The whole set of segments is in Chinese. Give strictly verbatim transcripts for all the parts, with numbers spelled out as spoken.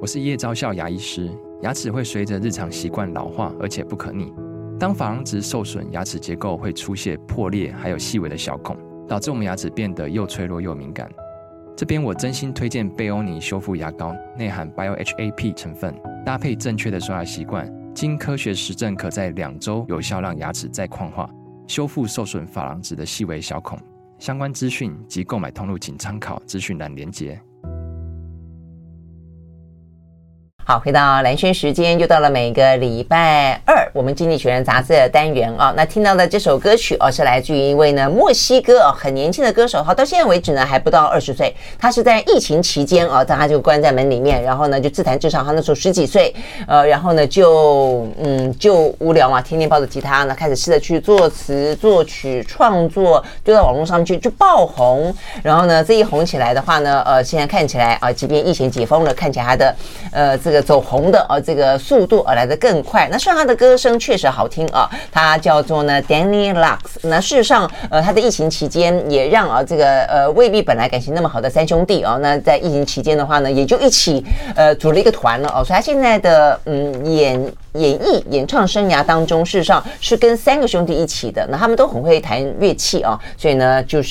我是叶昭孝牙医师。牙齿会随着日常习惯老化，而且不可逆。当珐琅质受损，牙齿结构会出现破裂，还有细微的小孔，导致我们牙齿变得又脆弱又敏感。这边我真心推荐贝欧尼修复牙膏，内含 B I O H A P 成分，搭配正确的刷牙习惯，经科学实证可在两周有效让牙齿再矿化，修复受损珐琅质的细微小孔。相关资讯及购买通路请参考资讯栏连结。 好，回到蓝轩时间，又到了每个礼拜二我们经济学人杂志的单元啊。那听到的这首歌曲哦，是来自于一位呢墨西哥哦很年轻的歌手，好，到现在为止呢还不到二十岁。他是在疫情期间啊，他就关在门里面，然后呢就自弹自唱。他那时候十几岁，呃，然后呢就嗯就无聊嘛，天天抱着吉他呢，开始试着去作词、作曲、创作，丢到网络上去就爆红。然后呢，这一红起来的话呢，呃，现在看起来啊，即便疫情解封了，看起来他的呃这个。这个走红的呃这个速度而来得更快。那虽然他的歌声确实好听啊，他叫做呢 Danny Lux。那事实上，呃，他的疫情期间也让啊这个呃未必本来感情那么好的三兄弟啊，那在疫情期间的话呢，也就一起呃组了一个团了哦。所以他现在的嗯演演艺演唱生涯当中，事实上是跟三个兄弟一起的。那他们都很会弹乐器啊，所以呢就是。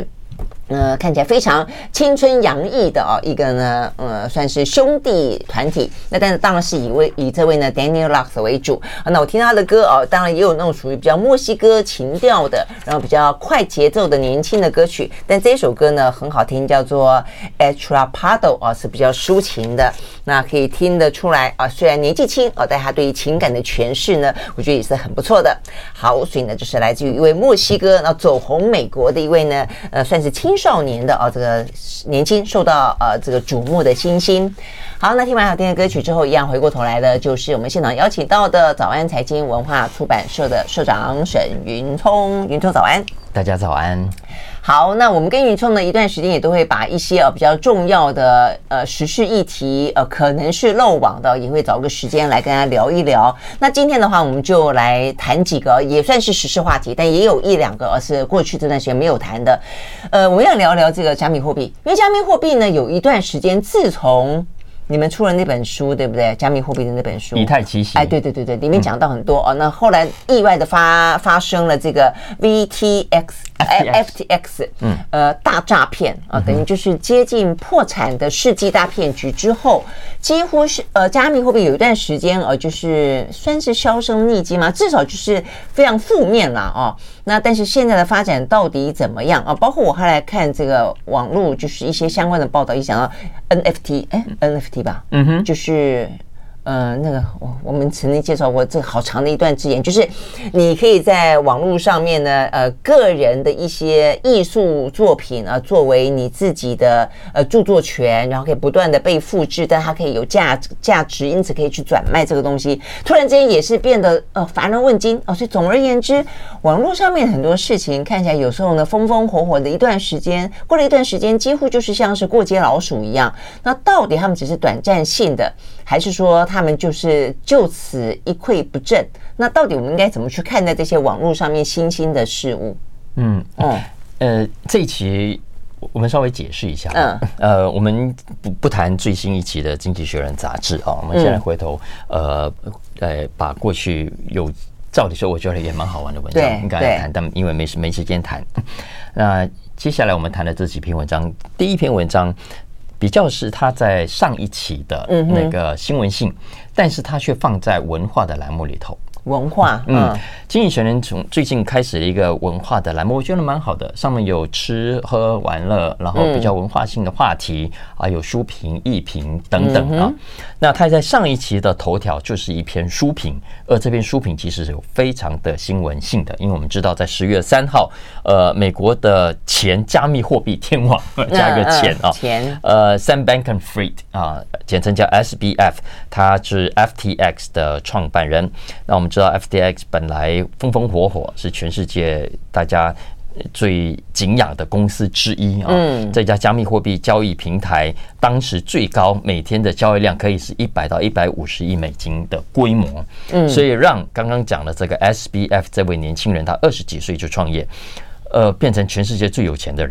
呃，看起来非常青春洋溢的哦，一个呢，呃，算是兄弟团体。那但是当然是以为以这位呢 Danny Lux 为主。啊、那我听他的歌哦，当然也有那种属于比较墨西哥情调的，然后比较快节奏的年轻的歌曲。但这首歌呢很好听，叫做 Atrapado 啊，是比较抒情的。那可以听得出来啊，虽然年纪轻啊，但他对于情感的诠释呢，我觉得也是很不错的。好，所以呢，就是来自于一位墨西哥，然后走红美国的一位呢，呃，算是青少年的啊，这个年轻受到呃这个瞩目的新星。好，那听完好听的歌曲之后，一样回过头来的就是我们现场邀请到的早安财经文化出版社的社长沈云聪。云聪早安。 大家早安。 好，那我们跟云聪呢一段时间也都会把一些呃比较重要的呃时事议题，呃可能是漏网的，也会找个时间来跟大家聊一聊。那今天的话，我们就来谈几个也算是时事话题，但也有一两个而是过去这段时间没有谈的。呃，我们要聊聊这个加密货币，因为加密货币呢有一段时间，自从你们出了那本书，对不对？加密货币的那本书， 以太奇袭。 哎，对对对对，里面讲到很多、嗯、哦。那后来意外的发发生了这个 V T X。F T X， 嗯，呃，大诈骗啊，等于就是接近破产的世纪大骗局之后，几乎是呃，加密货币有一段时间呃，就是算是销声匿迹嘛，至少就是非常负面啦哦。那但是现在的发展到底怎么样啊？包括我还来看这个网络，就是一些相关的报道，一讲到 N F T， 哎 ，N F T 吧，嗯哼，就是。呃，那个我我们曾经介绍过这个好长的一段之言，就是你可以在网络上面呢，呃，个人的一些艺术作品啊，作为你自己的呃著作权，然后可以不断的被复制，但它可以有价价值，因此可以去转卖这个东西。突然之间也是变得呃乏人问津哦，所以总而言之，网络上面很多事情看起来有时候呢风风火火的一段时间，过了一段时间，几乎就是像是过街老鼠一样。那到底他们只是短暂性的，还是说他们就是就此一跬不振？那到底我们应该怎么去看待这些网络上面新兴的事物？嗯嗯呃，这一期我们稍微解释一下。嗯呃，我们不不谈最新一期的《经济学人》杂志啊，我们现在回头、嗯、呃呃把过去有照理说我觉得也蛮好玩的文章应该来谈，但因为没没时间谈。那接下来我们谈的这几篇文章，第一篇文章。比较是他在上一期的那个新闻性，嗯、但是他却放在文化的栏目里头。 文化， 嗯，嗯经济学人从最近开始了一个文化的栏目，我觉得蛮好的。上面有吃喝玩乐，然后比较文化性的话题、嗯、啊，有书评、艺评等等啊。嗯、那他在上一期的头条就是一篇书评，而这篇书评其实是有非常的新闻性的，因为我们知道在十月三号，呃，美国的前加密货币天网加一个钱啊，钱呃 Sam Bankman-Fried 啊，简称叫 S B F， 他是 F T X 的创办人。那我们知道 F T X 本来风风火火，是全世界大家最敬仰的公司之一啊。嗯，这家加密货币交易平台当时最高每天的交易量可以是一百到一百五十亿美金的规模。嗯，所以让刚刚讲的这个 S B F 这位年轻人，他二十几岁就创业，呃，变成全世界最有钱的人。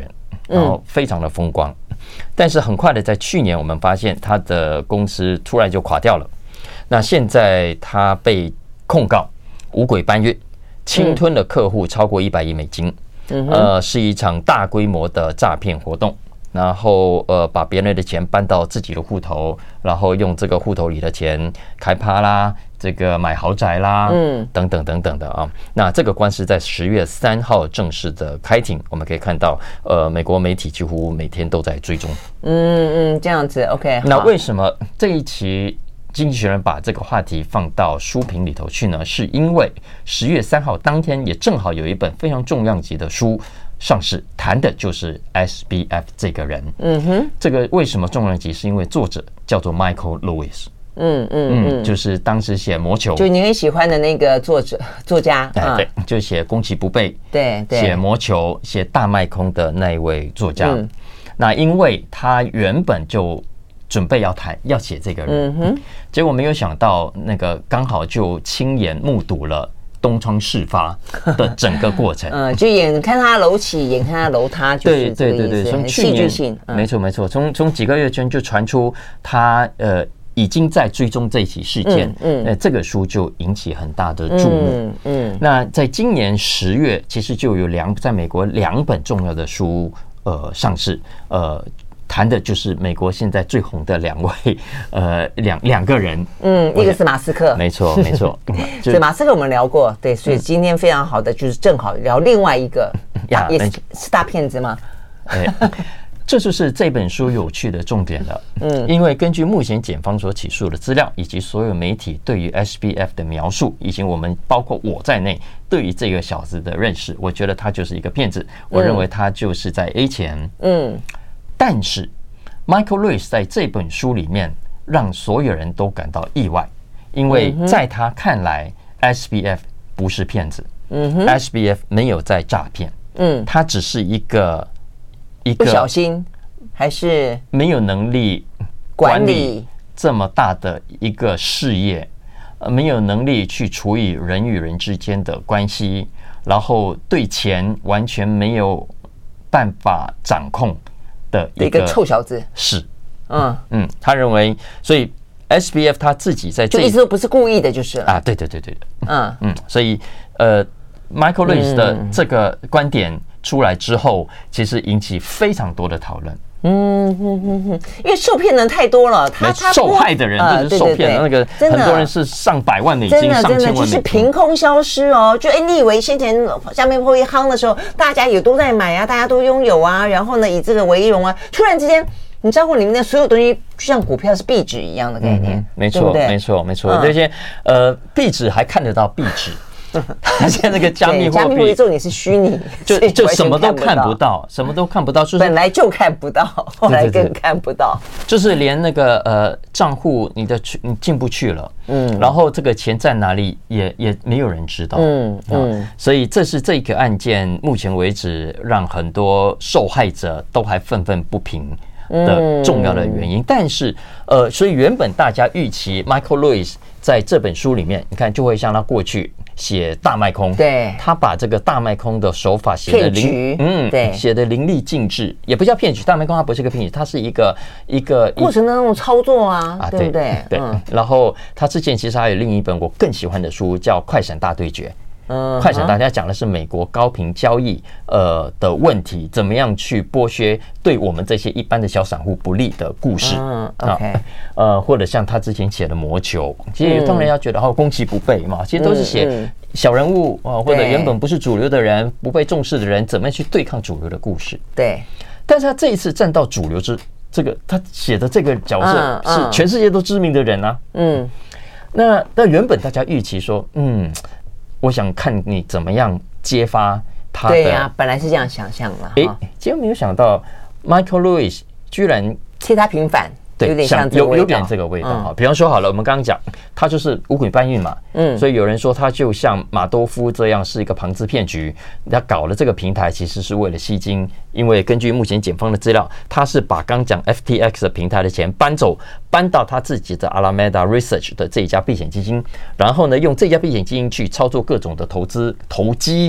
然后非常的风光。但是很快的，在去年我们发现他的公司突然就垮掉了。那现在他被控告五轨搬运，侵吞了客户超过一百亿美金，呃，是一场大规模的诈骗活动。然后呃，把别人的钱搬到自己的户头，然后用这个户头里的钱开趴啦，这个买豪宅啦，嗯，等等等等的啊。那这个官司在十月三号正式的开庭，我们可以看到，呃，美国媒体几乎每天都在追踪。 嗯嗯，这样子 ，OK。 那为什么这一期经济学人把这个话题放到书评里头去呢？是因为十月三号当天也正好有一本非常重量级的书上市，谈的就是 S B F 这个人。嗯哼，这个为什么重量级？是因为作者叫做 Michael Lewis。嗯嗯嗯，就是当时写《魔球》， 就你很喜欢的那个作者作家， 哎对，就写《攻其不备》， 对对， 写《魔球》、写大卖空的那一位作家。嗯、那因为他原本就准备要谈要写这个人，嗯哼，结果没有想到那个刚好就亲眼目睹了东窗事发的整个过程。 嗯，就眼看他楼起，眼看他楼塌，就是这个意思。对对对对， 从去年，嗯、没错没错，从从几个月前就传出他呃已经在追踪这起事件，嗯，嗯这个书就引起很大的注目。嗯，嗯那在今年十月，其实就有两在美国两本重要的书呃上市，呃。谈的就是美国现在最红的两位，呃，两两个人， 嗯，一个是马斯克， 没错没错， 所以马斯克我们聊过，对，所以今天非常好的就是正好聊另外一个，呀，也是是大骗子吗？ 哎，这就是这本书有趣的重点了，嗯，因为根据目前检方所起诉的资料，以及所有媒体对于 S B F 的描述，以及我们包括我在内对于这个小子的认识，我觉得他就是一个骗子，我认为他就是在 A 钱，嗯。但是 Michael Lewis 在这本书里面让所有人都感到意外，因为在他看来 S B F 不是骗子，嗯 S B F 没有在诈骗，嗯，他只是一个一个不小心还是没有能力管理这么大的一个事业，没有能力去处理人与人之间的关系，然后对钱完全没有办法掌控的一 个, 一个臭小子。 是，嗯嗯，他认为，所以 S B F 他自己在这就一直都不是故意的，就是了啊，对对对对，嗯嗯，所以呃 ，Michael Lewis 的这个观点出来之后，其实引起非常多的讨论。 嗯哼哼哼，因为受骗人太多了，他他受害的人就是受骗的那个，很多人是上百万美金、上千万美金， 就是凭空消失哦。就哎，你以为先前下面会夯的时候，大家也都在买啊，大家都拥有啊，然后呢以这个为荣啊，突然之间，你账户里面的所有东西就像股票是壁纸一样的概念， 嗯、没错，没错，没错，这些呃壁纸还看得到壁纸。他现在那个加密货币， 加密货币重点是虚拟， 就就什么都看不到，什么都看不到，就是本来就看不到，后来更看不到， 就是连那个呃账户你的去你进不去了，嗯，然后这个钱在哪里也也没有人知道，嗯嗯，所以这是这个案件目前为止让很多受害者都还愤愤不平的重要的原因，但是呃，所以原本大家预期 Michael Lewis 在这本书里面，你看就会像他过去写大卖空， 对， 他把这个大卖空的手法写的淋， 嗯，对， 写的淋漓尽致，也不叫骗局。大卖空它不是一个骗局，它是一个一个过程的那种操作啊，啊对不对？ 对。嗯、然后他之前其实还有另一本我更喜欢的书，叫《快闪大对决》。嗯，快闪大家讲的是美国高频交易呃的问题，怎么样去剥削对我们这些一般的小散户不利的故事。 嗯 ，OK， 呃，或者像他之前写的《魔球》，其实当然要觉得哦，攻其不备嘛，其实都是写小人物啊、呃，或者原本不是主流的人、不被重视的人，怎么样去对抗主流的故事。 对， 但是他这一次站到主流之这个，他写的这个角色是全世界都知名的人啊。嗯，那那原本大家预期说，嗯。我想看你怎么样揭发他的。 对呀、啊，本来是这样想象嘛。 哎，结果没有想到 ，Michael Lewis 居然替他平反， 对， 有点像有有点这个味道哈。嗯、比方说好了，我们刚刚讲他就是五轨搬运嘛，嗯，所以有人说他就像马多夫这样是一个庞氏骗局，他搞了这个平台其实是为了吸金，因为根据目前检方的资料，他是把刚讲 F T X 的平台的钱搬走。搬到他自己的 Alameda Research 的这一家避险基金，然后呢，用这家避险基金去操作各种的投资投机，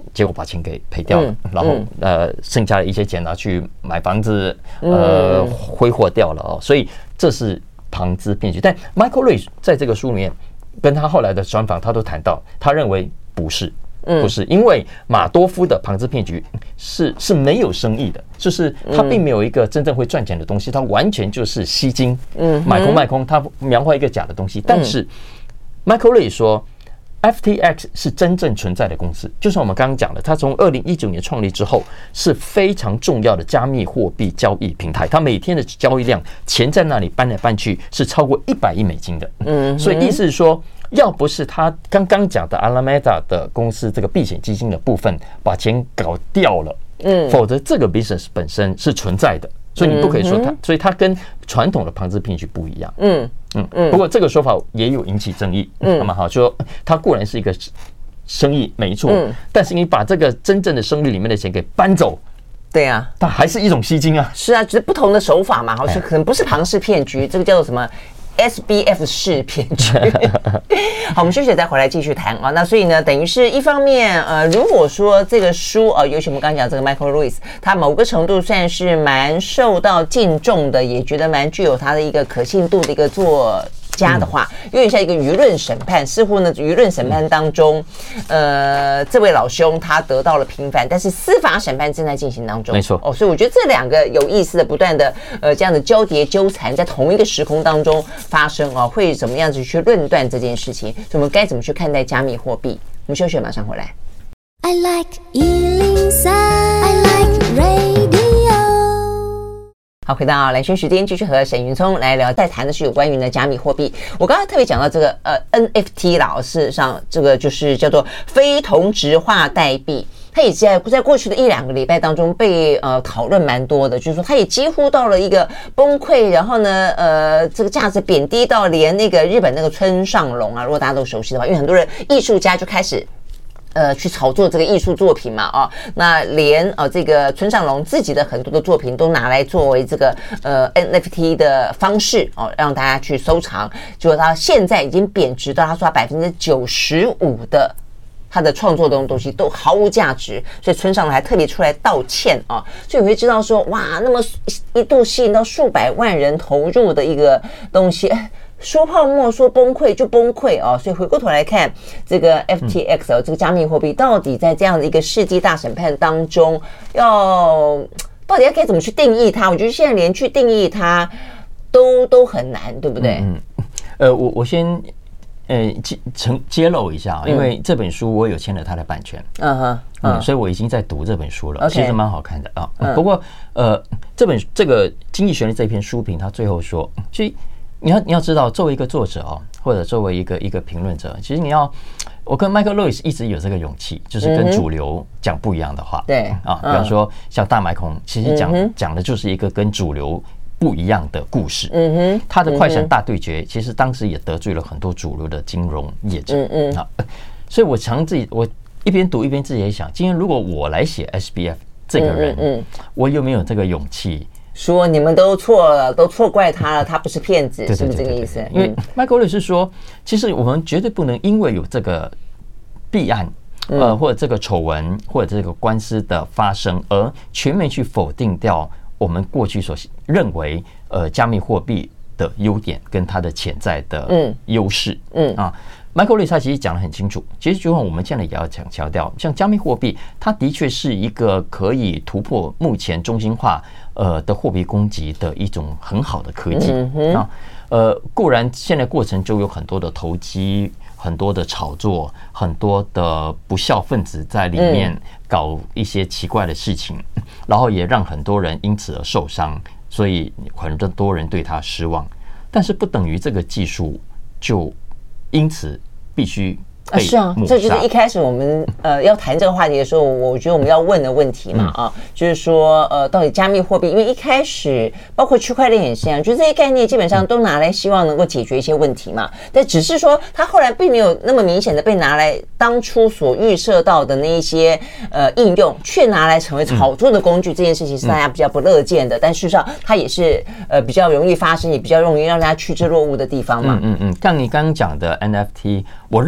结果把钱给赔掉了，嗯、然后、嗯、呃剩下的一些钱拿去买房子，呃挥霍掉了哦，所以这是庞兹骗局。但 Michael Lewis 在这个书里面跟他后来的专访，他都谈到，他认为不是。不是，因为马多夫的庞兹骗局是是没有生意的，就是他并没有一个真正会赚钱的东西，他完全就是吸金，嗯，买空卖空，他描绘一个假的东西。但是 Michael Lewis 说 ，F T X 是真正存在的公司，就像我们刚刚讲的，它从二零一九年创立之后是非常重要的加密货币交易平台，它每天的交易量，钱在那里搬来搬去是超过一百亿美金的，嗯，所以意思是说。要不是他刚刚讲的 Alameda 的公司这个避险基金的部分把钱搞掉了，嗯，否则这个 business 本身是存在的，所以你不可以说它，所以它跟传统的庞氏骗局不一样，嗯嗯。不过这个说法也有引起争议，嗯，那么好，说它固然是一个生意没错，但是你把这个真正的生意里面的钱给搬走。 对啊， 它还是一种吸金啊。 是啊，只是不同的手法嘛，好像可能不是庞氏骗局，这个叫做什么？ S B F 式骗局。好，我们休息再回来继续谈啊。那所以呢，等于是一方面，呃，如果说这个书啊，尤其我们刚刚讲这个 Michael Lewis， 他某个程度算是蛮受到敬重的，也觉得蛮具有他的一个可信度的一个作家的话，有点像一个舆论审判。似乎呢，舆论审判当中，呃，这位老兄他得到了平反，但是司法审判正在进行当中。 没错哦，所以我觉得这两个有意思的、不断的呃这样的交叠纠缠，在同一个时空当中发生哦，会怎么样子去论断这件事情？所以我们该怎么去看待加密货币？我们休息，马上回来。I like 一零三 I like radio。好，回到蓝轩时间，继续和沈云聪来聊，再谈的是有关于呢加密货币。我刚才特别讲到这个呃 N F T 啦，事实上这个就是叫做非同质化代币。它也在在过去的一两个礼拜当中被呃讨论蛮多的，就是说它也几乎到了一个崩溃，然后呢呃这个价值贬低到连那个日本那个村上隆啊，如果大家都熟悉的话，因为很多人艺术家就开始。呃，去炒作这个艺术作品嘛，哦，那连呃这个村上隆自己的很多的作品都拿来作为这个呃 N F T 的方式哦，让大家去收藏。结果他现在已经贬值到，他说他百分之九十五的他的创作的东西都毫无价值，所以村上隆还特别出来道歉啊，所以你会知道说，哇，那么一度吸引到数百万人投入的一个东西。哎，说泡沫说崩溃就崩溃哦，所以回过头来看这个 F T X 哦，这个加密货币到底在这样的一个世纪大审判当中，要到底要该怎么去定义它？我觉得现在连去定义它都都很难，对不对？嗯， 呃，我我先呃揭揭露一下，因为这本书我有签了它的版权，嗯哼，嗯，所以我已经在读这本书了，其实蛮好看的啊。不过呃，这本这个《经济学人》这篇书评，他最后说，所以。你要你要知道，作为一个作者哦，或者作为一个一个评论者，其实你要，我跟 Michael Lewis 一直有这个勇气，就是跟主流讲不一样的话。 对啊，比方说像大买空，其实讲讲的就是一个跟主流不一样的故事。嗯哼，他的快闪大对决，其实当时也得罪了很多主流的金融业者。嗯嗯啊，所以我常自己我一边读一边自己也想，今天如果我来写 S B F 这个人，嗯，我有没有这个勇气？ 说你们都错了，都错怪他了，他不是骗子，是不是这个意思？ 因为 Michael Lewis 是说，其实我们绝对不能因为有这个弊案，呃，或者这个丑闻，或者这个官司的发生，而全面去否定掉我们过去所认为呃加密货币的优点跟它的潜在的优势。嗯啊。Michael Lewis 他其实讲得很清楚，其实就像我们现在也要强强调，像加密货币，它的确是一个可以突破目前中心化呃的货币供给的一种很好的科技啊。呃，固然现在过程中有很多的投机、很多的炒作、很多的不孝分子在里面搞一些奇怪的事情，然后也让很多人因此而受伤，所以很多人对他失望。但是不等于这个技术就因此必须被是啊，这就是一开始我们呃要谈这个话题的时候，我觉得我们要问的问题嘛啊，就是说呃，到底加密货币，因为一开始包括区块链也是一样，就是这些概念基本上都拿来希望能够解决一些问题嘛，但只是说它后来并没有那么明显的被拿来当初所预设到的那一些呃应用，却拿来成为炒作的工具，这件事情是大家比较不乐见的，但事实上它也是呃比较容易发生，也比较容易让大家趋之若鹜的地方嘛。 嗯嗯嗯，像你刚刚讲的 N F T， 我认为也是。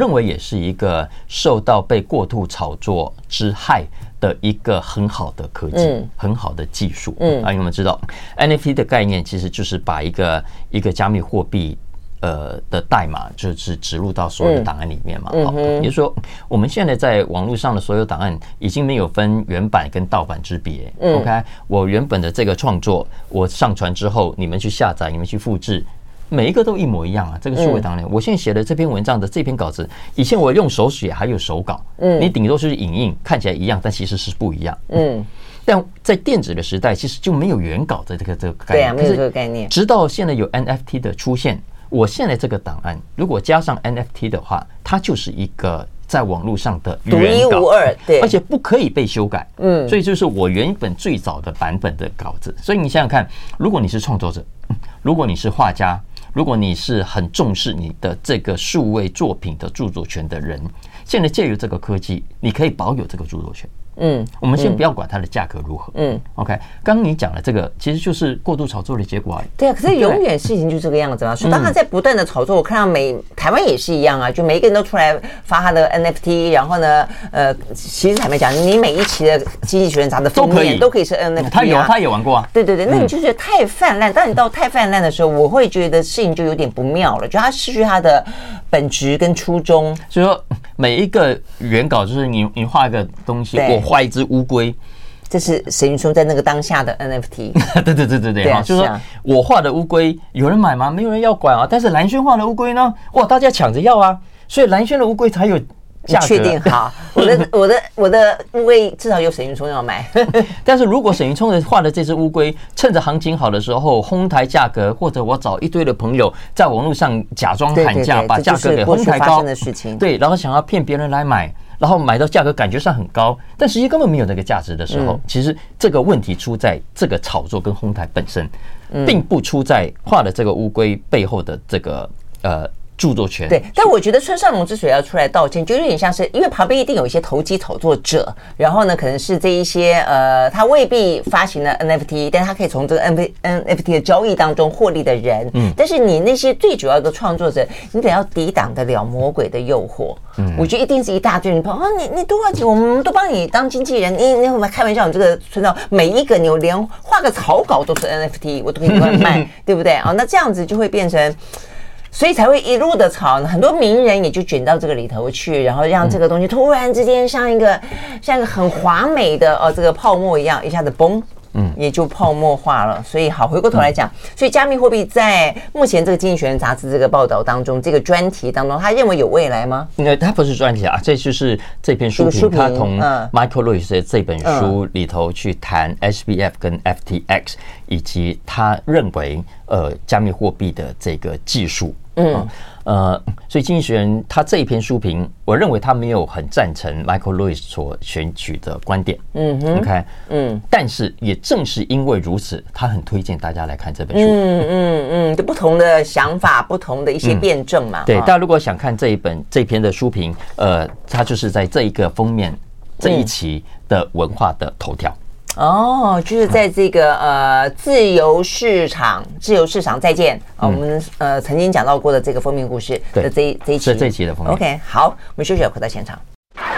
是一个受到被过度炒作之害的一个很好的科技，嗯、很好的技术。嗯啊，因为我们知道 N F T 的概念其实就是把一个一个加密货币呃的代码就是植入到所有的档案里面嘛。好、嗯，也就是说，我们现在在网络上的所有档案已经没有分原版跟盗版之别。嗯、OK， 我原本的这个创作，我上传之后，你们去下载，你们去复制。每一个都一模一样啊！这个数位档案，我现在写的这篇文章的这篇稿子，以前我用手写还有手稿，嗯，你顶多是影印，看起来一样，但其实是不一样，嗯。但在电子的时代，其实就没有原稿的这个这个概念， 对啊，没有这个概念。 直到现在有 N F T 的出现，我现在这个档案如果加上 N F T 的话，它就是一个在网络上的独一无二，对， 而且不可以被修改，嗯，所以就是我原本最早的版本的稿子。所以你想想看，如果你是创作者，如果你是画家。如果你是很重视你的这个数位作品的著作权的人，现在借由这个科技，你可以保有这个著作权。嗯，我们先不要管它的价格如何。嗯 ，OK， 刚刚你讲的这个其实就是过度炒作的结果啊。 对啊，可是永远事情就这个样子啊。所以当他在不断的炒作，我看到每台湾也是一样啊，就每一个人都出来发他的 N F T， 然后呢，呃，其实坦白讲，你每一期的《经济学人》杂志封面都可以是 N F T 啊。 他有，他也玩过啊。 对对对，那你就觉得太泛滥。当你到太泛滥的时候，我会觉得事情就有点不妙了，就他失去他的本质跟初衷。 所以说，每一个原稿就是你你画一个东西，我画一只乌龟。 这是沈云聪在那个当下的 N F T。 对对对对对，哈，就是说我画的乌龟有人买吗？没有人要管啊。但是蓝轩画的乌龟呢？哇，大家抢着要啊，所以蓝轩的乌龟才有价格。 确定好，我的我的我的乌龟至少有沈云聪要买。 但是如果沈云聪的画的这只乌龟，趁着行情好的时候哄抬价格，或者我找一堆的朋友在网络上假装喊价，把价格给哄抬高，对，然后想要骗别人来买。然后买到价格感觉上很高，但实际根本没有那个价值的时候，嗯、其实这个问题出在这个炒作跟哄抬本身，嗯、并不出在画的这个乌龟背后的这个呃著作权。 对，但我觉得村上隆之所以要出来道歉，就有点像是因为旁边一定有一些投机炒作者，然后呢，可能是这一些呃，他未必发行了 N F T， 但他可以从这个 N F T 的交易当中获利的人。嗯，但是你那些最主要的创作者，你得要抵挡得了魔鬼的诱惑。嗯，我觉得一定是一大堆人朋友啊，你你多少钱，我们都帮你当经纪人。你你我们开玩笑，你这个村上每一个你连画个草稿都是 N F T， 我都可以乱卖，对不对啊？那这样子就会变成。所以才会一路的炒，很多名人也就卷到这个里头去，然后让这个东西突然之间像一个像一个很华美的呃这个泡沫一样，一下子崩，嗯，也就泡沫化了。所以好，回过头来讲，所以加密货币在目前这个《经济学人》杂志这个报道当中，这个专题当中，他认为有未来吗？ 因为它不是专题啊，这就是这篇书评，他从 Michael Lewis 的这本书里头去谈 S B F 跟 F T X， 以及他认为呃加密货币的这个技术。嗯，呃，所以《经济学人》他这一篇书评，我认为他没有很赞成 Michael Lewis 所选取的观点。嗯哼 ，OK， 嗯，但是也正是因为如此，他很推荐大家来看这本书。 嗯嗯嗯，就不同的想法，不同的一些辩证嘛。 嗯、对，大家如果想看这一本这篇的书评，呃，他就是在这一个封面这一期的文化的头条。 哦，就是在这个呃自由市场，自由市场再见啊、嗯！我们呃曾经讲到过的这个封面故事的这一这一期， 是这一期的封面。 OK， 好，我们休息了，回到现场。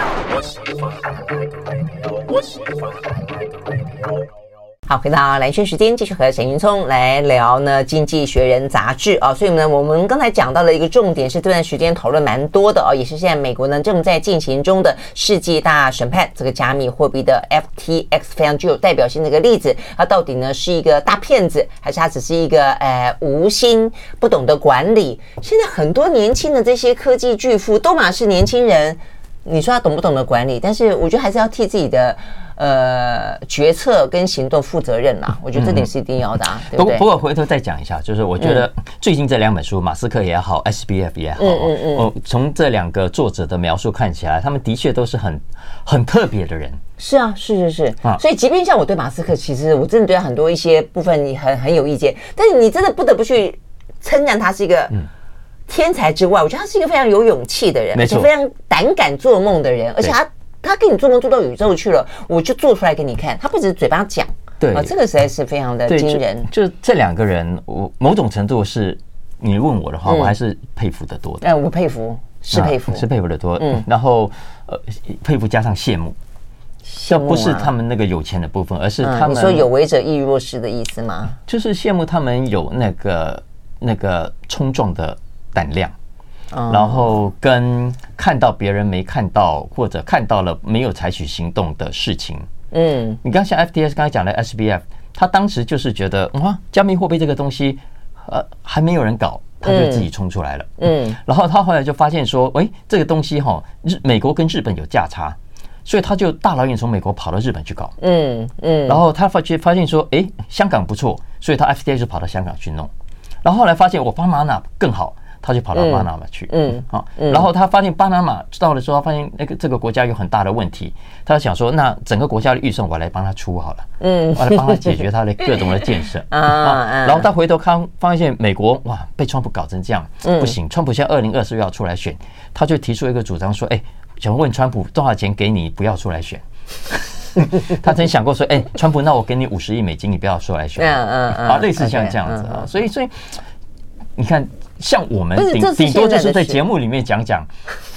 好，回到蓝轩时间，继续和沈云聪来聊呢《经济学人》杂志啊。所以呢，我们刚才讲到了一个重点，是这段时间讨论蛮多的哦，也是现在美国呢正在进行中的世纪大审判，这个加密货币的 F T X 非常具有代表性的一个例子。它到底呢是一个大骗子，还是它只是一个呃无心不懂得管理？现在很多年轻的这些科技巨富都嘛是年轻人，你说他懂不懂得管理？但是我觉得还是要替自己的。呃，决策跟行动负责任啦，我觉得这点是一定要的啊，嗯、对不对？ 不过回头再讲一下，就是我觉得最近这两本书，马斯克也好 ，S B F 也好，嗯嗯嗯，我从这两个作者的描述看起来，他们的确都是很很特别的人。 是啊，是是是啊，所以即便像我对马斯克，其实我真的对他很多一些部分你很很有意见，但是你真的不得不去称赞他是一个。嗯天才之外，我觉得他是一个非常有勇气的人，而且非常胆敢做梦的人，而且他他跟你做梦做到宇宙去了，我就做出来给你看，他不只是嘴巴讲， 对啊， 这个实在是非常的惊人。 就, 就这两个人，我某种程度是你问我的话，嗯、我还是佩服得多的。 哎、嗯，我佩服， 是佩服， 是佩服的多。嗯，然后呃，佩服加上羡慕。这不是他们那个有钱的部分，而是他们、 嗯、你说有为者亦若是的意思吗？ 就是羡慕他们有那个那个冲撞的胆量，嗯、然后跟看到别人没看到或者看到了没有采取行动的事情。嗯，你刚像 F T S 刚才讲的 S B F， 他当时就是觉得哇，加密货币这个东西，呃，还没有人搞。他就自己冲出来了，嗯，然后他后来就发现说，哎，这个东西哈，日美国跟日本有价差，所以他就大老远从美国跑到日本去搞，嗯嗯，然后他发觉发现说，哎，香港不错，所以他 F T X 就跑到香港去弄，然后后来发现我巴拿马更好，他就跑到巴拿马去，嗯，好，然后他发现巴拿马到了之后，他发现那个这个国家有很大的问题，他想说，那整个国家的预算我来帮他出好了，嗯，我来帮他解决他的各种的建设啊，然后他回头看发现美国哇被川普搞成这样，不行，川普现在二零二四又要出来选，他就提出一个主张说，哎，想问川普多少钱给你不要出来选。他曾想过说，哎，川普，那我给你五十亿美金，你不要出来选，嗯嗯嗯，啊，类似像这样子啊，所以所以你看。像我们顶顶多就是在节目里面讲讲，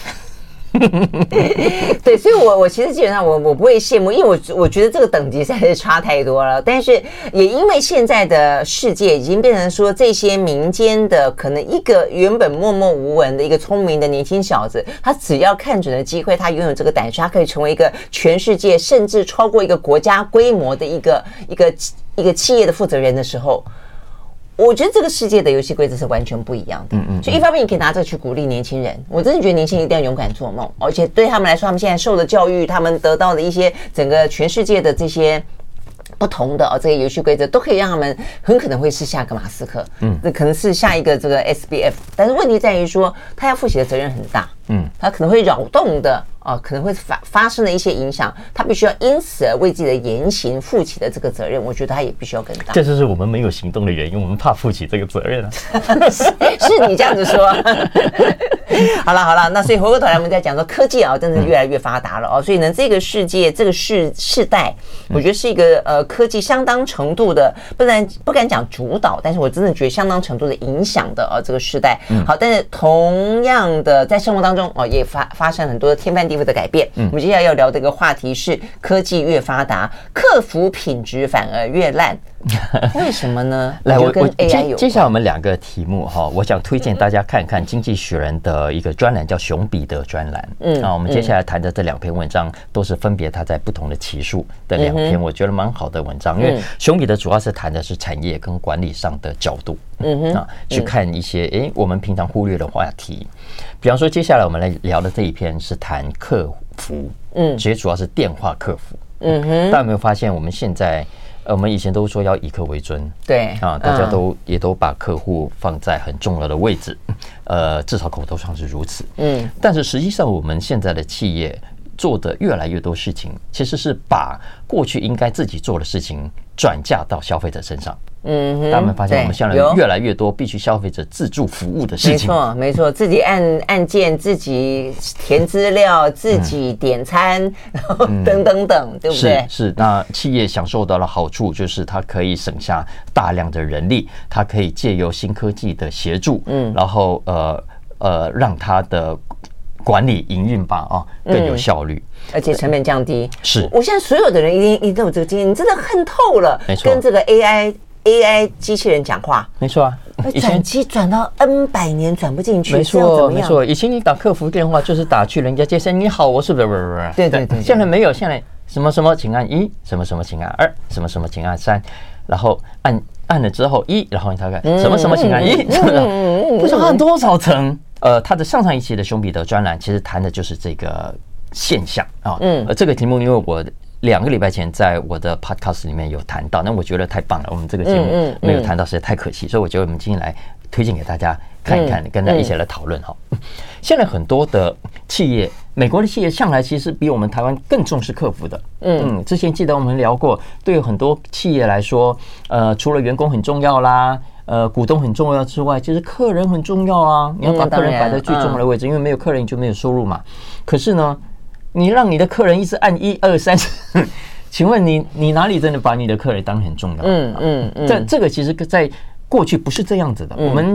对，所以我我其实基本上我我不会羡慕，因为我我觉得这个等级实在是差太多了。但是也因为现在的世界已经变成说，这些民间的可能一个原本默默无闻的一个聪明的年轻小子，他只要看准了机会，他拥有这个胆识，他可以成为一个全世界甚至超过一个国家规模的一个一个一个企业的负责人的时候。我觉得这个世界的游戏规则是完全不一样的，嗯嗯，所以一方面你可以拿这个去鼓励年轻人，我真的觉得年轻人一定要勇敢做梦，而且对他们来说，他们现在受的教育，他们得到的一些整个全世界的这些不同的哦，这些游戏规则都可以让他们很可能会是下个马斯克，嗯，这可能是下一个这个 S B F， 但是问题在于说，他要负起的责任很大，嗯，他可能会扰动的。啊，可能会发发生的一些影响，他必须要因此而为自己的言行负起的这个责任，我觉得他也必须要更大。 这就是我们没有行动的原因，我们怕负起这个责任啊。 是, 是你这样子说。好了好了，那所以回过头来我们在讲说科技啊，真的越来越发达了哦，所以呢，这个世界这个世世代，我觉得是一个呃科技相当程度的，不然不敢讲主导，但是我真的觉得相当程度的影响的哦这个世代。好，但是同样的在生活当中哦，也发发生很多的天翻地覆的改变。我们接下来要聊的一个话题是科技越发达，客服品质反而越烂，为什么呢？ 来，我跟 A I 有关。接下来我们两个题目哈，我想推荐大家看看《经济学人》的一个专栏，叫熊彼得专栏。嗯，啊，我们接下来谈的这两篇文章都是分别他在不同的期数的两篇，我觉得蛮好的文章。因为熊彼得主要是谈的是产业跟管理上的角度，嗯哼，啊，去看一些诶我们平常忽略的话题。比方说，接下来我们来聊的这一篇是谈客服，嗯，其实主要是电话客服，嗯哼。大家有没有发现，我们现在，呃，我们以前都说要以客为尊， 对啊，大家都、嗯、也都把客户放在很重要的位置，呃，至少口头上是如此，嗯。但是实际上，我们现在的企业做的越来越多事情，其实是把过去应该自己做的事情转嫁到消费者身上。嗯，大家们发现我们现在越来越多必须消费者自助服务的事情。 没错，没错，自己按按键，自己填资料，自己点餐，嗯、然后等等等，对不对？ 是是，那企业享受到了好处，就是它可以省下大量的人力，它可以借由新科技的协助，嗯，然后呃呃，让它的管理营运吧啊更有效率， 嗯、而且成本降低。 是， 我现在所有的人一定一定有这个经验，你真的恨透了， 没错， 跟这个 A I。A I 机器人讲话， 没错啊， 转机转到 N 百年转不进去， 没错没错。以前你打客服电话就是打去人家接线，你好，我是不是？ 对对对。 现在没有，现在什么什么请按一，什么什么请按二，什么什么请按三，然后按按了之后一，然后你大概什么什么请按一，不知道按多少层。呃，他的上上一期的熊彼得专栏其实谈的就是这个现象啊。嗯，呃，这个题目因为我。两个礼拜前，在我的 podcast 里面有谈到，那我觉得太棒了。我们这个节目没有谈到，实在太可惜，所以我觉得我们今天来推荐给大家看一看，跟大家一起来讨论哈。现在很多的企业，美国的企业向来其实比我们台湾更重视客服的。嗯，之前记得我们聊过，对于很多企业来说，呃，除了员工很重要啦。呃，股东很重要之外，其实客人很重要啊。你要把客人摆在最重要的位置，因为没有客人你就没有收入嘛。可是呢？你让你的客人一直按一二三，请问你你哪里真的把你的客人当很重要？嗯嗯嗯，这这个其实在过去不是这样子的。嗯、我们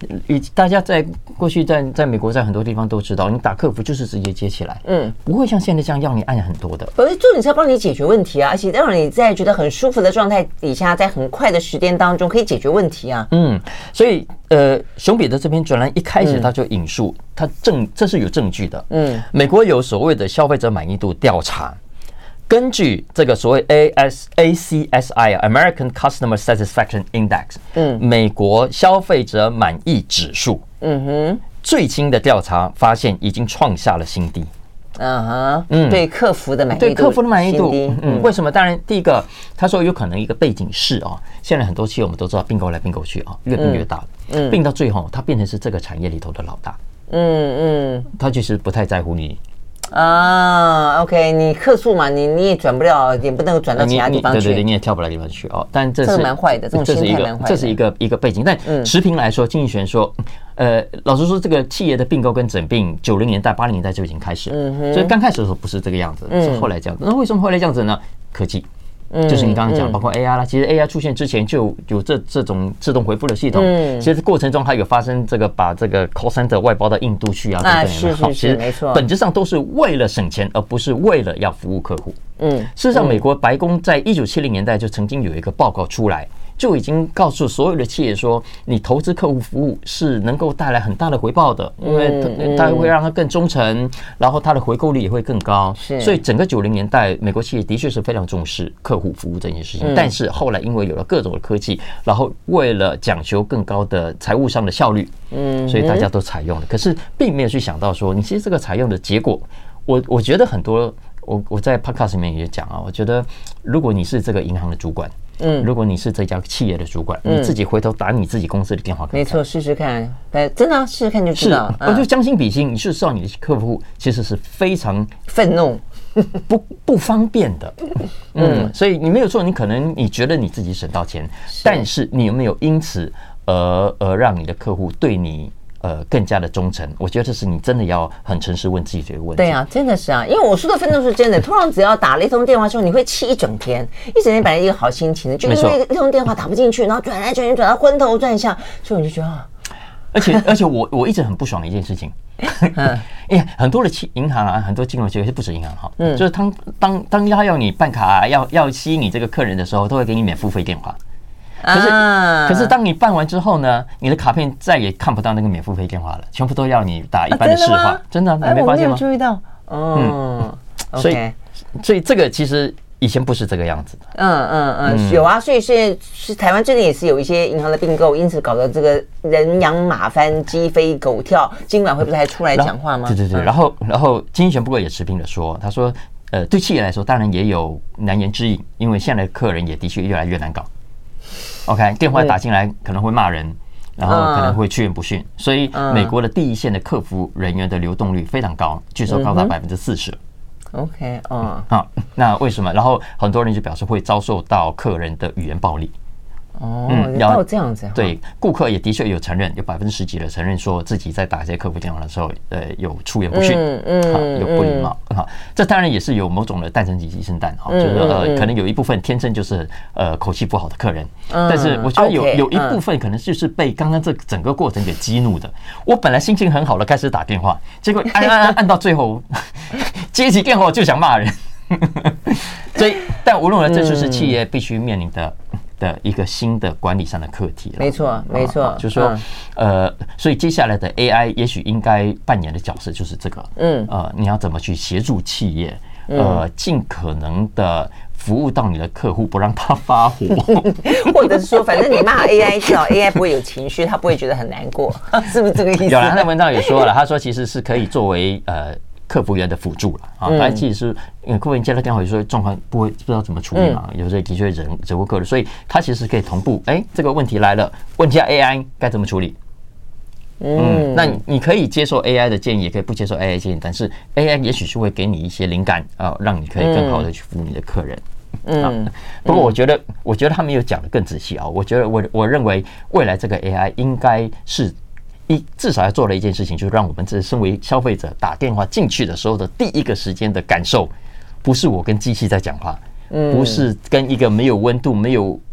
大家在过去在在美国在很多地方都知道，你打客服就是直接接起来，嗯，不会像现在这样要你按很多的。 而重点是要帮你解决问题啊，而且让你在觉得很舒服的状态底下，在很快的时间当中可以解决问题啊。嗯， 所以呃，熊彼得这篇专栏一开始他就引述，嗯、他证这是有证据的。嗯，美国有所谓的消费者满意度调查。根据这个所谓 A S A C S I American Customer Satisfaction Index， 嗯，美国消费者满意指数，嗯哼，最新的调查发现已经创下了新低。 嗯哼，嗯，对客服的满意度， 对客服的满意度，嗯，为什么？当然，第一个他说有可能一个背景是哦，现在很多企业我们都知道并购来并购去啊，越并越大，嗯，并到最后它变成是这个产业里头的老大，嗯嗯，他其实不太在乎你。 啊 ，OK， 你客诉嘛，你你也转不了，也不能转到其他地方去， 对对对，你也跳不来地方去哦。但这是蛮坏的，这种心态蛮坏的。 这是一个一个背景，但持平来说，经济学说，呃，老实说，这个企业的并购跟整并，九零年代、八零年代就已经开始了，所以刚开始的时候不是这个样子，是后来这样子。那为什么后来这样子呢？科技。就是你刚刚讲，包括 A I 啦，其实 A I 出现之前就有这这种自动回复的系统。嗯，其实过程中它有发生这个把这个 call center 外包到印度去啊， 啊，是是是，没错， 本质上都是为了省钱，而不是为了要服务客户。嗯，事实上，美国白宫在一九七零年代就曾经有一个报告出来。就已经告诉所有的企业说，你投资客户服务是能够带来很大的回报的，因为它会让它更忠诚，然后它的回购率也会更高。所以整个九零年代，美国企业的确是非常重视客户服务这件事情。但是后来因为有了各种的科技，然后为了讲求更高的财务上的效率，嗯，所以大家都采用了。可是并没有去想到说，你其实这个采用的结果，我我觉得很多，我我在 podcast 里面也讲啊，我觉得如果你是这个银行的主管。嗯，如果你是这家企业的主管，你自己回头打你自己公司的电话， 没错，试试看，哎，真的试试看就知道。 我就将心比心，你是知道你的客户其实是非常愤怒、 不不方便的，嗯，所以你没有错，你可能你觉得你自己省到钱，但是你有没有因此而而让你的客户对你？呃，更加的忠诚，我觉得这是你真的要很诚实问自己这个问题。 对啊，真的是啊，因为我说的愤怒是真的。通常只要打了一通电话之后，你会气一整天，一整天本来一个好心情的，就因为一通电话打不进去，然后转来转去，转到昏头转向，所以我就觉得啊， 而且而且我我一直很不爽的一件事情，因为很多的银行啊，很多金融机构是不止银行哈，嗯，就是当当当他要你办卡啊，要要吸引你这个客人的时候，都会给你免付费电话。可是，可是当你办完之后呢，你的卡片再也看不到那个免付费电话了，全部都要你打一般的市话。真的，你没发现吗？ 我没有注意到。嗯， 所以，所以这个其实以前不是这个样子的。 嗯嗯嗯，有啊，所以是是台湾这里也是有一些银行的并购，因此搞得这个人仰马翻、鸡飞狗跳。今晚会不会还出来讲话吗？ 对对对，然后然后经济学不过也持平的说，他说，呃，对企业来说当然也有难言之隐，因为现在的客人也的确越来越难搞。OK， 电话打进来可能会骂人，然后可能会趋炎不逊，所以美国的第一线的客服人员的流动率非常高，据说高达百分之四十。 OK， 嗯， 好，那为什么？然后很多人就表示会遭受到客人的语言暴力。 哦，嗯，要这样子。 对，顾客也的确有承认，有百分之十几的承认说自己在打这些客服电话的时候，呃，有出言不逊，嗯嗯，有不礼貌，哈，这当然也是有某种的蛋生鸡，鸡生蛋，哈，就是呃，可能有一部分天生就是呃口气不好的客人，但是我觉得有有一部分可能就是被刚刚这整个过程给激怒的。我本来心情很好的开始打电话，结果按按按按到最后，接起电话就想骂人，所以但无论如何，这就是企业必须面临的。的一个新的管理上的课题了， 没错，没错， 就是说，呃，所以接下来的 A I 也许应该扮演的角色就是这个，嗯，呃，你要怎么去协助企业，呃，尽可能的服务到你的客户，不让他发火， 或者是说，反正你骂 A I， 至少 A I 不会有情绪，他不会觉得很难过，是不是这个意思？ 有了，他在文章也说了，他说其实是可以作为呃。客服员的辅助了啊，他其实是因为客服员接到电话，有时候状况不会不知道怎么处理嘛，有时候的确忍忍无可忍，所以他其实可以同步，哎，这个问题来了，问一下 A I 该怎么处理。嗯，那你可以接受 A I 的建议，也可以不接受 A I 建议，但是 A I 也许是会给你一些灵感啊，让你可以更好的去服务你的客人。嗯，不过我觉得，我觉得他们有讲的更仔细啊，我觉得我我认为未来这个 A I 应该是。一至少要做了一件事情，就是让我们这身为消费者打电话进去的时候的第一个时间的感受，不是我跟机器在讲话，不是跟一个没有温度、没有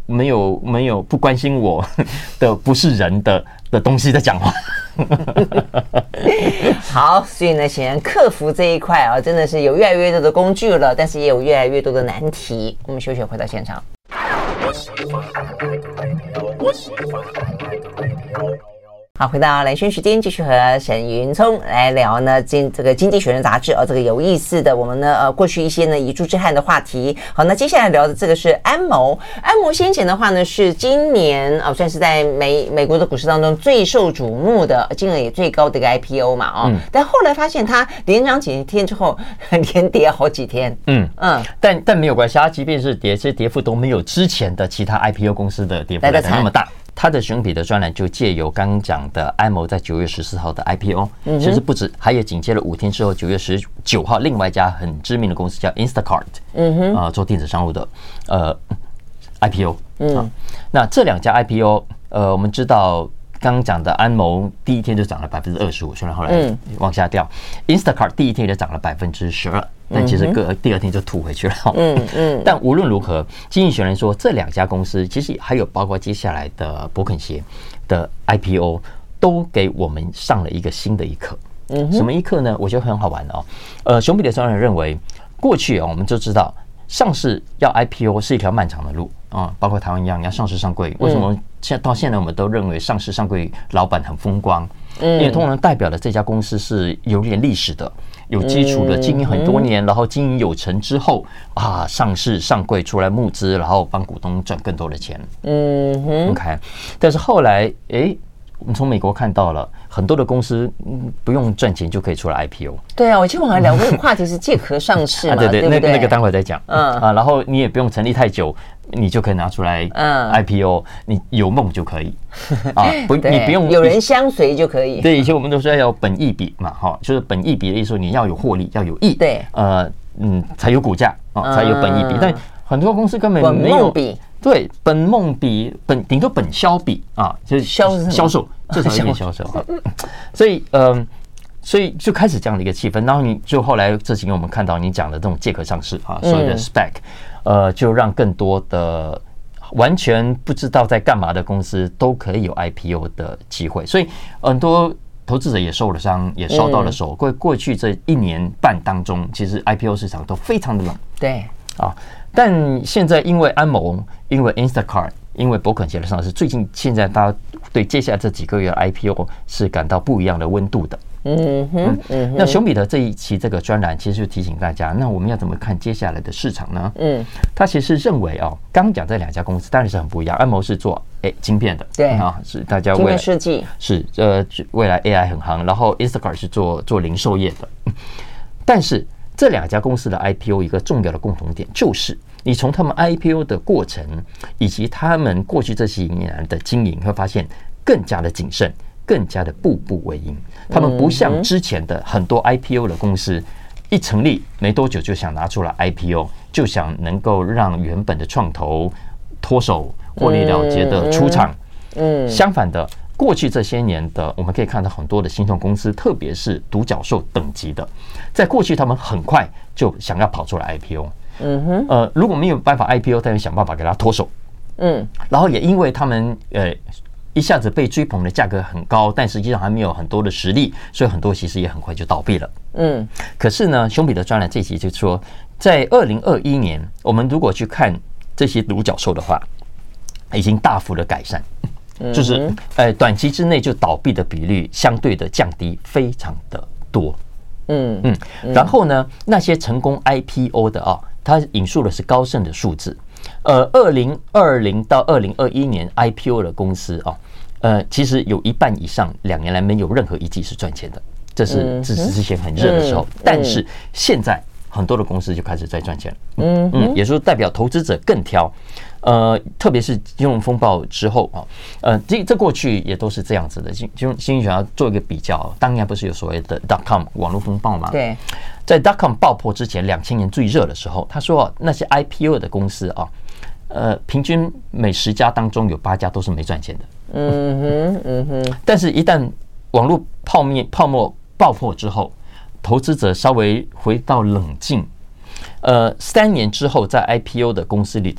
没有没有不关心我的不是人的的东西在讲话。 好，所以呢，显然克服这一块啊，真的是有越来越多的工具了，但是也有越来越多的难题。我们休息回到现场。好，回到蓝轩时间，继续和沈云聪来聊呢，经这个《经济学人》杂志哦，这个有意思的，我们呢呃过去一些呢遗珠之憾的话题。好，那接下来聊的这个是安谋，安谋先前的话呢是今年哦算是在美美国的股市当中最受瞩目的，金额也最高的一个 I P O 嘛哦，嗯、但后来发现它连涨几天之后连跌好几天，嗯嗯，但但没有关系，它即便是跌，这些跌幅都没有之前的其他 I P O 公司的跌幅来的那么大。他的熊彼的专栏就借由刚刚讲的安谋在九月十四号的 I P O， 其实不止，还有紧接了五天之后，九月十九号，另外一家很知名的公司叫 Instacart， 嗯哼，啊、呃，做电子商务的，呃 I P O， 嗯、啊，那这两家 I P O， 呃，我们知道刚刚讲的安谋第一天就涨了百分之二十五，虽然后来往下掉、嗯、，Instacart 第一天就涨了百分之十二。但其实个第二天就吐回去了。嗯嗯。但无论如何，经济学人说这两家公司其实还有包括接下来的伯肯鞋的 I P O， 都给我们上了一个新的一课。嗯，什么一课呢？我觉得很好玩哦。呃，熊彼的专栏认为，过去啊我们就知道上市要 I P O 是一条漫长的路啊，包括台湾一样，你要上市上柜。为什么现到现在我们都认为上市上柜老板很风光？因为通常代表的这家公司是有点历史的。有基础的经营很多年，然后经营有成之后啊，上市上柜出来募资，然后帮股东赚更多的钱。嗯哼 ，OK。但是后来，哎，我们从美国看到了很多的公司，嗯，不用赚钱就可以出来 I P O。对啊，我今天晚上聊过的话题是借壳上市嘛， 啊、对对， 对不对？ 那那个待会再讲。嗯啊，然后你也不用成立太久。你就可以拿出来 I P O， 你有梦就可以啊，不，你不用有人相随就可以。 对，以前我们都说要有本益比嘛，哈，就是本益比的意思，你要有获利，要有益， 对， 呃，嗯，才有股价啊，才有本益比。但很多公司根本没有比， 对，本梦比，本顶多本销比啊，就是销销售，至少有点销售啊。所以，嗯。所以就开始这样的一个气氛，然后你就后来这几年我们看到你讲的这种借壳上市啊，所谓的 S P A C， 呃，就让更多的完全不知道在干嘛的公司都可以有 I P O 的机会，所以很多投资者也受了伤，也烧到了手。过过去这一年半当中，其实 I P O 市场都非常的冷， 对啊，但现在因为安谋，因为 Instacart。因为伯肯鞋的上市，最近现在大家对接下来这几个月的 I P O 是感到不一样的温度的。嗯哼，嗯，那熊彼的这一期这个专栏其实就提醒大家，那我们要怎么看接下来的市场呢？嗯，他其实认为哦，刚讲这两家公司当然是很不一样，安谋是做诶晶片的， 对啊，是大家晶片设计是呃未来 A I 很行，然后 Instacart 是做做零售业的，但是这两家公司的 I P O 一个重要的共同点就是。你从他们 I P O 的过程，以及他们过去这些年来的经营，会发现更加的谨慎，更加的步步为营。他们不像之前的很多 I P O 的公司，一成立没多久就想拿出来 I P O， 就想能够让原本的创投脱手、获利了结的出场。嗯，相反的，过去这些年的，我们可以看到很多的新创公司，特别是独角兽等级的，在过去他们很快就想要跑出来 I P O。嗯哼，呃，如果没有办法 I P O， 他们想办法给他脱手。嗯，然后也因为他们呃一下子被追捧的价格很高，但实际上还没有很多的实力，所以很多其实也很快就倒闭了。嗯，可是呢，熊彼的专栏这期就说，在二零二一年，我们如果去看这些独角兽的话，已经大幅的改善，就是呃短期之内就倒闭的比率相对的降低非常的多。嗯嗯，然后呢，那些成功 I P O 的啊。他引述的是高盛的数字，呃，二零二零到二零二一年 I P O 的公司啊，呃，其实有一半以上两年来没有任何一季是赚钱的，这是这是之前很热的时候，但是现在很多的公司就开始在赚钱了，嗯嗯，也就是代表投资者更挑，呃，特别是金融风暴之后啊，呃，这这过去也都是这样子的，金金融经济学要做一个比较，当年不是有所谓的 dot com 网络风暴吗？ 对。 在 dot com 爆破之前，两千年最热的时候，他说那些 I P O 的公司啊，呃，平均每十家当中有八家都是没赚钱的。嗯哼，嗯哼。但是，一旦网络泡面泡沫爆破之后，投资者稍微回到冷静，呃，三年之后，在 I P O 的公司里头，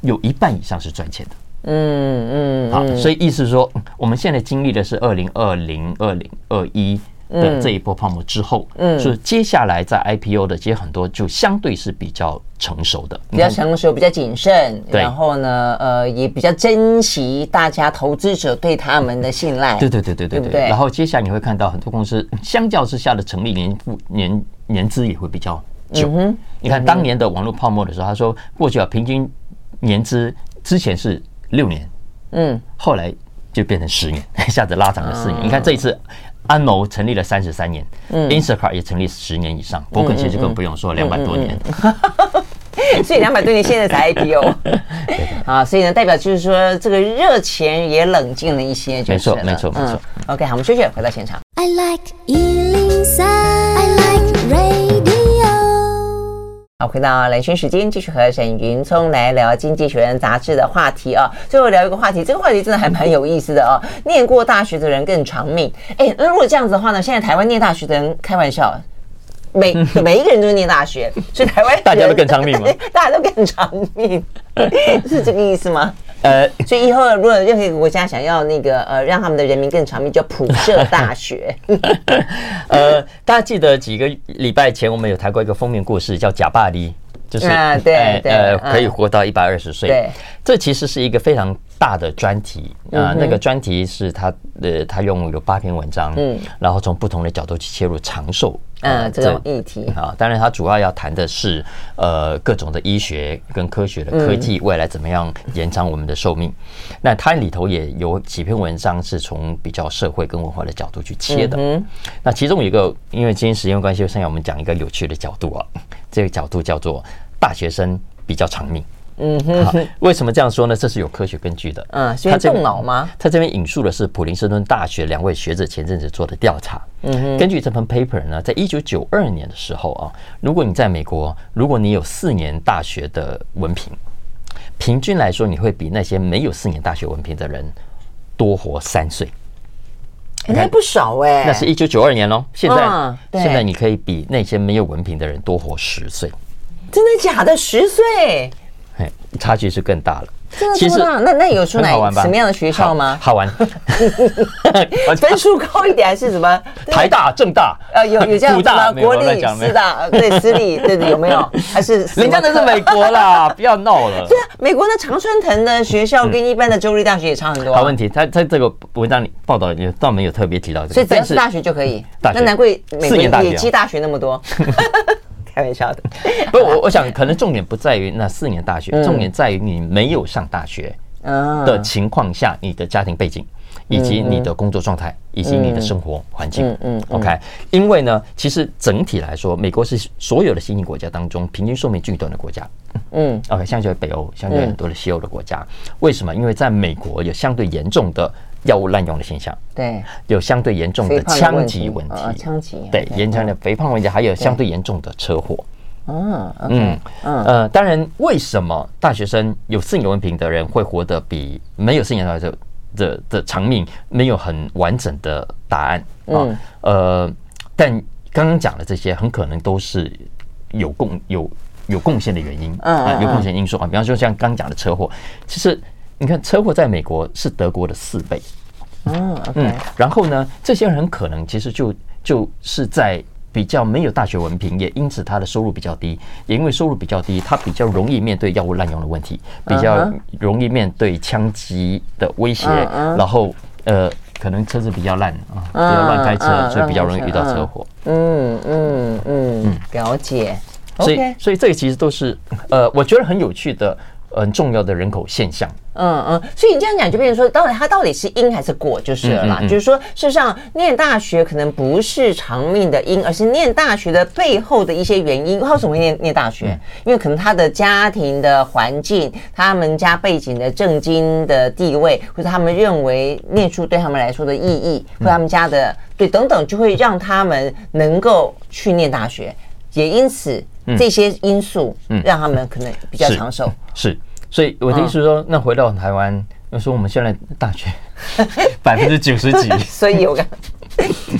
有一半以上是赚钱的。 嗯嗯， 好，所以意思是说，我们现在经历的是二零二零、二零二一的这一波泡沫之后，嗯，所以接下来在 I P O 的，其实很多就相对是比较成熟的， 比较成熟，比较谨慎，然后呢，呃，也比较珍惜大家投资者对他们的信赖。 对对对对对对。然后接下来你会看到很多公司相较之下的成立年年年资也会比较久。嗯、你看当年的网络泡沫的时候，他说过去啊平均年资之前是六年，嗯，后来就变成十年，一下子拉长了四年。哦、你看这一次。安谋成立了三十三年，嗯 ，Instacart 也成立十年以上，伯克其实更不用说两百多年， 所以两百多年现在才 I P O， 啊，所以呢，代表就是说这个热钱也冷静了一些，就是了， 没错，没错，没错。 OK， 好，我们休息，回到现场。 I like 一零三 I like radio。 好，回到蓝轩时间，继续和沈云聪来聊《经济学人》杂志的话题啊。最后聊一个话题，这个话题真的还蛮有意思的哦。念过大学的人更长命。哎，那如果这样子的话呢？现在台湾念大学的人，开玩笑，每每一个人都是念大学，所以台湾大家都更长命吗？ 大家都更长命，是这个意思吗？ 呃， 所以以后如果任何一个国家想要那个呃让他们的人民更长命，就要普设大学。 呃，大家记得几个礼拜前我们有谈过一个封面故事，叫贾巴黎，就是啊，对对， 呃，可以活到一百二十岁。 对， 这其实是一个非常大的专题啊、呃。那个专题是他呃，他用有八篇文章，嗯，然后从不同的角度去切入长寿。 嗯、呃，这种议题啊，当然，它主要要谈的是呃各种的医学跟科学的科技未来怎么样延长我们的寿命。嗯、那它里头也有几篇文章是从比较社会跟文化的角度去切的。嗯、那其中有一个，因为今天时间关系，现在我们讲一个有趣的角度啊，这个角度叫做大学生比较长命。嗯哼，为什么这样说呢？这是有科学根据的。 嗯，是因为动脑吗？ 他这边引述的是普林斯顿大学两位学者前阵子做的调查。嗯哼，根据这份 paper 呢，在一九九二年的时候啊，如果你在美国，如果你有四年大学的文凭，平均来说，你会比那些没有四年大学文凭的人多活三岁。 那不少哎、欸， 那是一九九二年喽。现在、嗯、现在你可以比那些没有文凭的人多活十岁。 真的假的？十岁？ 差距是更大了。 真的这么大？那那有说哪什么样的学校吗？ 好, 好玩， 分数高一点还是什么？ 台大、政大， 呃，有有这样子吗？国立、师大，对，私立，对对，有没有？还是人家那是美国啦，不要闹了。 对啊，美国的常春藤的学校跟一般的州立大学也差很多、啊。 好问题，他在这个文章里报道也倒没有特别提到这个， 所以只要是大学就可以。那难怪美国野鸡大学那么多。开玩笑的， 不，我我想可能重点不在于那四年大学，嗯、重点在于你没有上大学的情况下，你的家庭背景，以及你的工作状态，嗯、以及你的生活环境。嗯嗯。嗯 OK， 因为呢，其实整体来说，美国是所有的新兴国家当中平均寿命最短的国家。嗯。OK， 相对北欧，相对很多的西欧的国家，嗯、为什么？因为在美国有相对严重的药物滥用的现象， 对， 有相对严重的枪击问题， 枪击， 对，严重的肥胖问题，还有相对严重的车祸。 嗯嗯嗯呃，当然，为什么大学生有四年文凭的人会活得比没有四年大学的的长命，没有很完整的答案啊？呃，但刚刚讲的这些，很可能都是有贡有有贡献的原因啊，有贡献因素啊。比方说，像刚讲的车祸，其实。你看，车祸在美国是德国的四倍。 嗯 ，OK。 嗯，然后呢，这些人很可能其实就就是在比较没有大学文凭，也因此他的收入比较低，也因为收入比较低，他比较容易面对药物滥用的问题，比较容易面对枪击的威胁，然后呃，可能车子比较烂啊，比较乱开车，所以比较容易遇到车祸。 嗯嗯嗯，了解。 所以所以这个其实都是呃，我觉得很有趣的。很重要的人口现象， 嗯嗯，所以你这样讲就变成说，到底它到底是因还是果就是了啦。嗯嗯嗯、就是说，事实上，念大学可能不是长命的因，而是念大学的背后的一些原因。他为什么会念念大学？嗯、因为可能他的家庭的环境、他们家背景的政经的地位，或者他们认为念书对他们来说的意义，或者他们家的对等等，就会让他们能够去念大学。也因此，这些因素让他们可能比较长寿。 是，是所以我的意思是说，那回到台湾，要说我们现在大学百分之九十几， 所以我刚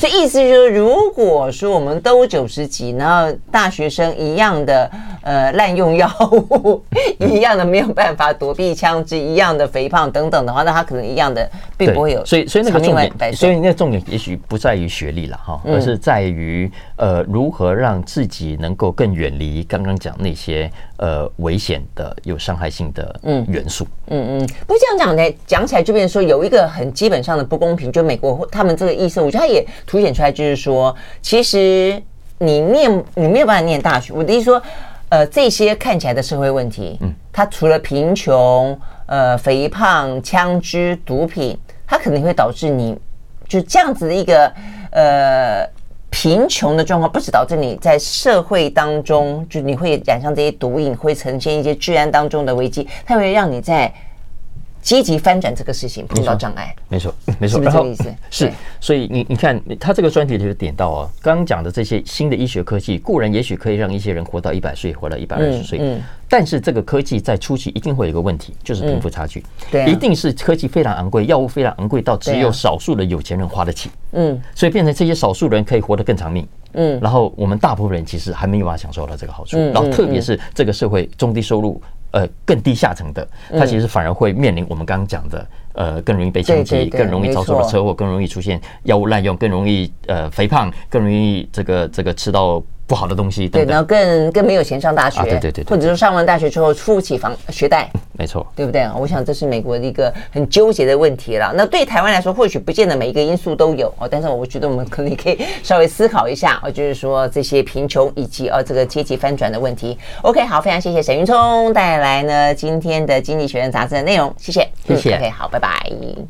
所以意思就是说，如果说我们都九十几，然后大学生一样的呃滥用药物，一样的没有办法躲避枪支，一样的肥胖等等的话，那他可能一样的并不会有。 所以所以那个重点，所以以那个重点也许不在于学历了哈，而是在于呃如何让自己能够更远离刚刚讲那些呃危险的、有伤害性的元素。 嗯嗯，不过这样讲呢，讲起来就变成说有一个很基本上的不公平，就美国他们这个意思，我觉得它也凸显出来，就是说，其实你念你没有办法念大学，我的意思说，呃，这些看起来的社会问题，嗯，它除了贫穷、呃肥胖、枪支、毒品，它可能会导致你就这样子的一个呃。贫穷的状况不只导致你在社会当中，就你会染上这些毒瘾，会呈现一些治安当中的危机，它会让你在积极翻转这个事情碰到障碍。 没错，没错， 是不是这个意思？ 是，所以你你看，他这个专题里就点到哦，刚刚讲的这些新的医学科技，固然也许可以让一些人活到一百岁，活到一百二十岁，嗯，嗯但是这个科技在初期一定会有一个问题，就是贫富差距，嗯对啊，一定是科技非常昂贵，药物非常昂贵到只有少数的有钱人花得起，嗯，所以变成这些少数人可以活得更长命。嗯，然后我们大部分人其实还没有办法享受到这个好处，嗯，然后特别是这个社会中低收入。呃，更低下层的，它其实反而会面临我们刚刚讲的，呃，更容易被枪击，更容易遭受到车祸，更容易出现药物滥用，更容易呃肥胖，更容易这个这个吃到不好的东西等等， 对，然后更更没有钱上大学， 啊，对对 对, 对， 或者说上完大学之后付不起房学贷， 没错， 对不对？我想这是美国的一个很纠结的问题了。那对台湾来说，或许不见得每一个因素都有哦，但是我觉得我们可能可以稍微思考一下哦，就是说这些贫穷以及呃这个阶级翻转的问题。OK， 好，非常谢谢沈云聪带来呢今天的《经济学人》杂志的内容，谢谢， 谢谢。 嗯、OK， 好，拜拜。